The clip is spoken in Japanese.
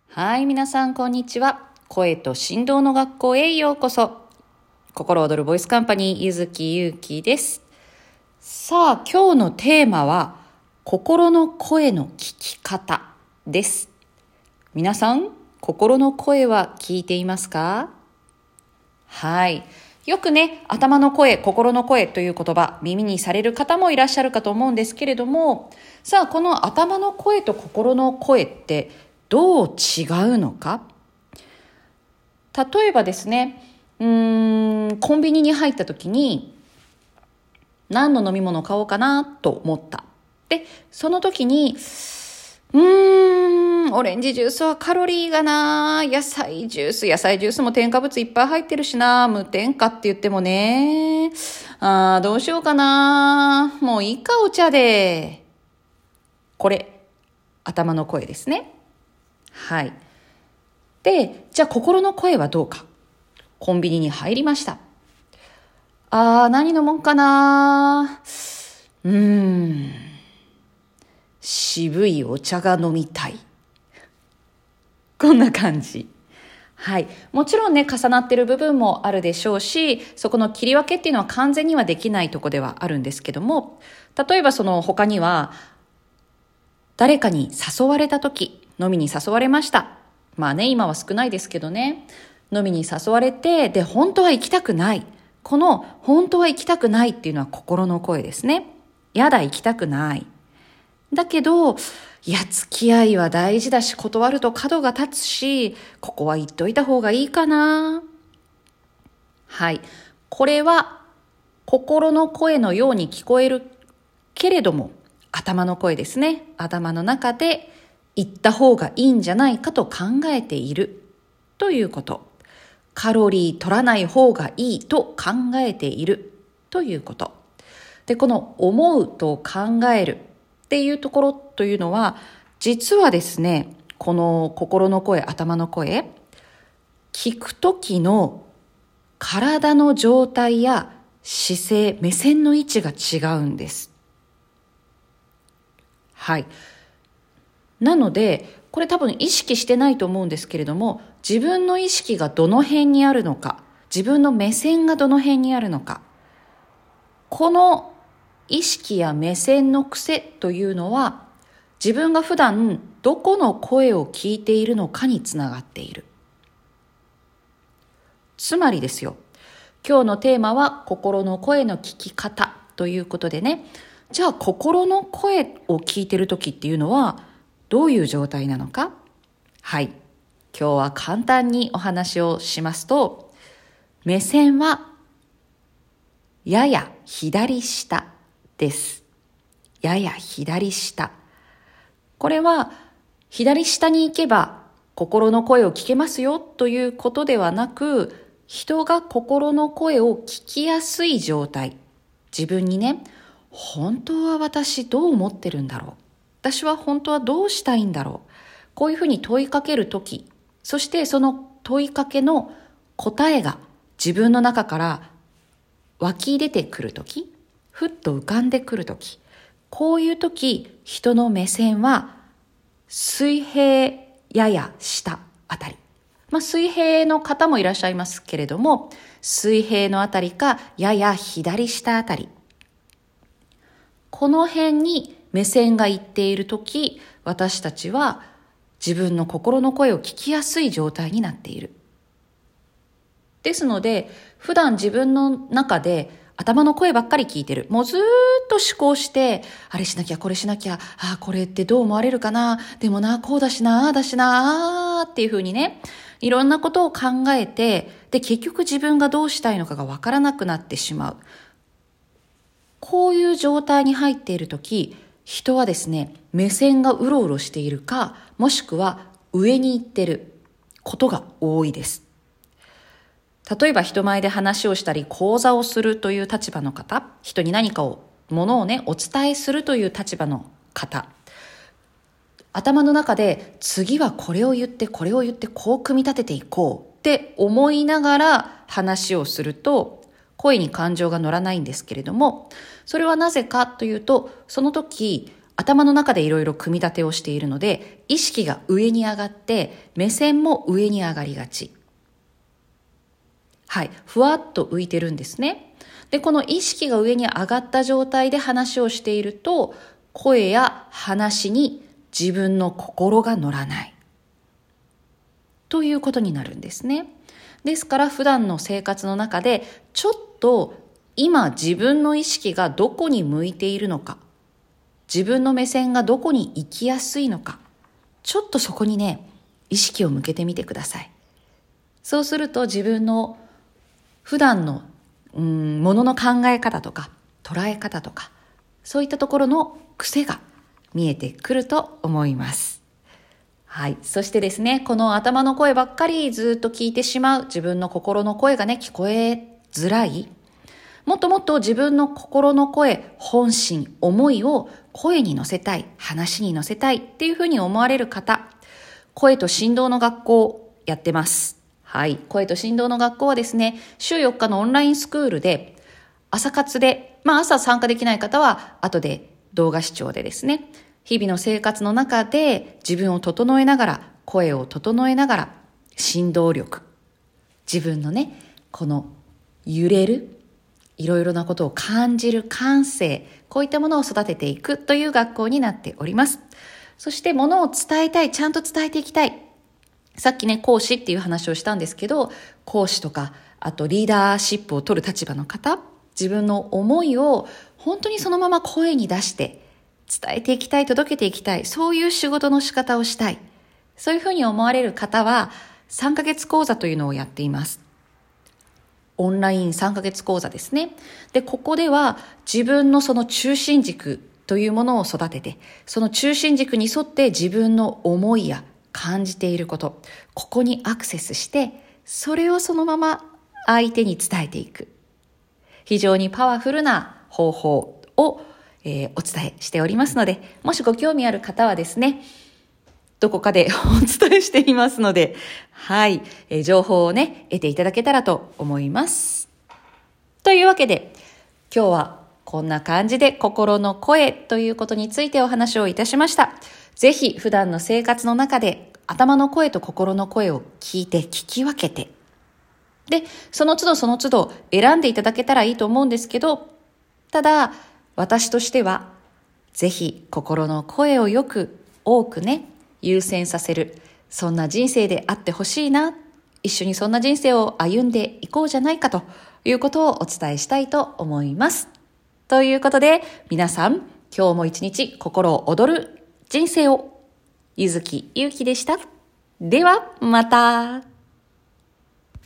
はい、皆さんこんにちは。声と振動の学校へようこそ。心躍るボイスカンパニー、ゆずきゆうきです。さあ、今日のテーマは、心の声の聞き方です。皆さん、心の声は聞いていますか？はい。よくね、頭の声、心の声という言葉、耳にされる方もいらっしゃるかと思うんですけれども、さあ、この頭の声と心の声ってどう違うのか？例えばですね、コンビニに入った時に、何の飲み物を買おうかなと思った。で、その時に、オレンジジュースはカロリーがな、野菜ジュースも添加物いっぱい入ってるしな、無添加って言ってもね、どうしようかな、もういいかお茶で。これ、頭の声ですね。はい。で、じゃあ心の声はどうか。コンビニに入りました。何飲もうかな。渋いお茶が飲みたい。こんな感じ。はい。もちろんね、重なってる部分もあるでしょうし、そこの切り分けっていうのは完全にはできないとこではあるんですけども、例えばその他には、誰かに誘われた時、飲みに誘われました。まあね、今は少ないですけどね、飲みに誘われて、で、本当は行きたくない。この、本当は行きたくないっていうのは心の声ですね。やだ、行きたくない。だけど、いや、付き合いは大事だし、断ると角が立つし、ここは言っといた方がいいかな。はい。これは、心の声のように聞こえるけれども、頭の声ですね。頭の中で言った方がいいんじゃないかと考えているということ。カロリー取らない方がいいと考えているということ。で、この思うと考えるっていうところというのは、実はですね、この心の声、頭の声、聞くときの体の状態や姿勢、目線の位置が違うんです。はい。なので、これ多分意識してないと思うんですけれども、自分の意識がどの辺にあるのか、自分の目線がどの辺にあるのか、この意識や目線の癖というのは、自分が普段どこの声を聞いているのかにつながっている。つまりですよ、今日のテーマは心の声の聞き方ということでね、じゃあ心の声を聞いている時っていうのはどういう状態なのか？はい。今日は簡単にお話をしますと、目線はやや左下です。やや左下。これは左下に行けば心の声を聞けますよということではなく、人が心の声を聞きやすい状態。自分にね、本当は私どう思ってるんだろう。私は本当はどうしたいんだろう。こういうふうに問いかけるとき、そしてその問いかけの答えが自分の中から湧き出てくるとき、ふっと浮かんでくるとき、こういうとき、人の目線は水平やや下あたり。水平の方もいらっしゃいますけれども、水平のあたりかやや左下あたり。この辺に目線がいっているとき、私たちは自分の心の声を聞きやすい状態になっている。ですので、普段自分の中で頭の声ばっかり聞いてる。もうずーっと思考して、あれしなきゃ、これしなきゃ、これってどう思われるかな、でもな、こうだしな、だしな、っていう風にね、いろんなことを考えて、で、結局自分がどうしたいのかがわからなくなってしまう。こういう状態に入っているとき、人はですね、目線がうろうろしているか、もしくは上に行ってることが多いです。例えば人前で話をしたり講座をするという立場の方、人に何かを、ものをね、お伝えするという立場の方、頭の中で次はこれを言って、これを言って、こう組み立てていこうって思いながら話をすると、声に感情が乗らないんですけれども、それはなぜかというと、その時、 頭の中でいろいろ組み立てをしているので、意識が上に上がって目線も上に上がりがち。はい、ふわっと浮いてるんですね。で、この意識が上に上がった状態で話をしていると、声や話に自分の心が乗らないということになるんですね。ですから普段の生活の中でちょっと今自分の意識がどこに向いているのか、自分の目線がどこに行きやすいのか、ちょっとそこにね、意識を向けてみてください。そうすると自分の普段のものの考え方とか捉え方とか、そういったところの癖が見えてくると思います。はい。そしてですね、この頭の声ばっかりずっと聞いてしまう、自分の心の声がね、聞こえづらい。もっともっと自分の心の声、本心、思いを声に乗せたい、話に乗せたいっていうふうに思われる方、声と振動の学校やってます。はい。声と振動の学校はですね、週4日のオンラインスクールで、朝活で、朝参加できない方は、後で動画視聴でですね、日々の生活の中で自分を整えながら、声を整えながら、振動力、自分のね、この揺れる、いろいろなことを感じる感性、こういったものを育てていくという学校になっております。そして物を伝えたい、ちゃんと伝えていきたい。さっきね、講師っていう話をしたんですけど、講師とか、あとリーダーシップを取る立場の方、自分の思いを本当にそのまま声に出して伝えていきたい、届けていきたい、そういう仕事の仕方をしたい。そういうふうに思われる方は、3ヶ月講座というのをやっています。オンライン3ヶ月講座ですね。で、ここでは自分のその中心軸というものを育てて、その中心軸に沿って自分の思いや感じていること、ここにアクセスして、それをそのまま相手に伝えていく。非常にパワフルな方法を、お伝えしておりますので、もしご興味ある方はですね、どこかでお伝えしていますので、はい、情報をね、得ていただけたらと思います。というわけで、今日はこんな感じで心の声ということについてお話をいたしました。ぜひ普段の生活の中で頭の声と心の声を聞いて聞き分けて、で、その都度その都度選んでいただけたらいいと思うんですけど、ただ私としてはぜひ心の声をよく多くね、優先させる、そんな人生であってほしいな、一緒にそんな人生を歩んでいこうじゃないかということをお伝えしたいと思います。ということで、皆さん、今日も一日心躍る人生を。ゆずきゆうきでした。では、また。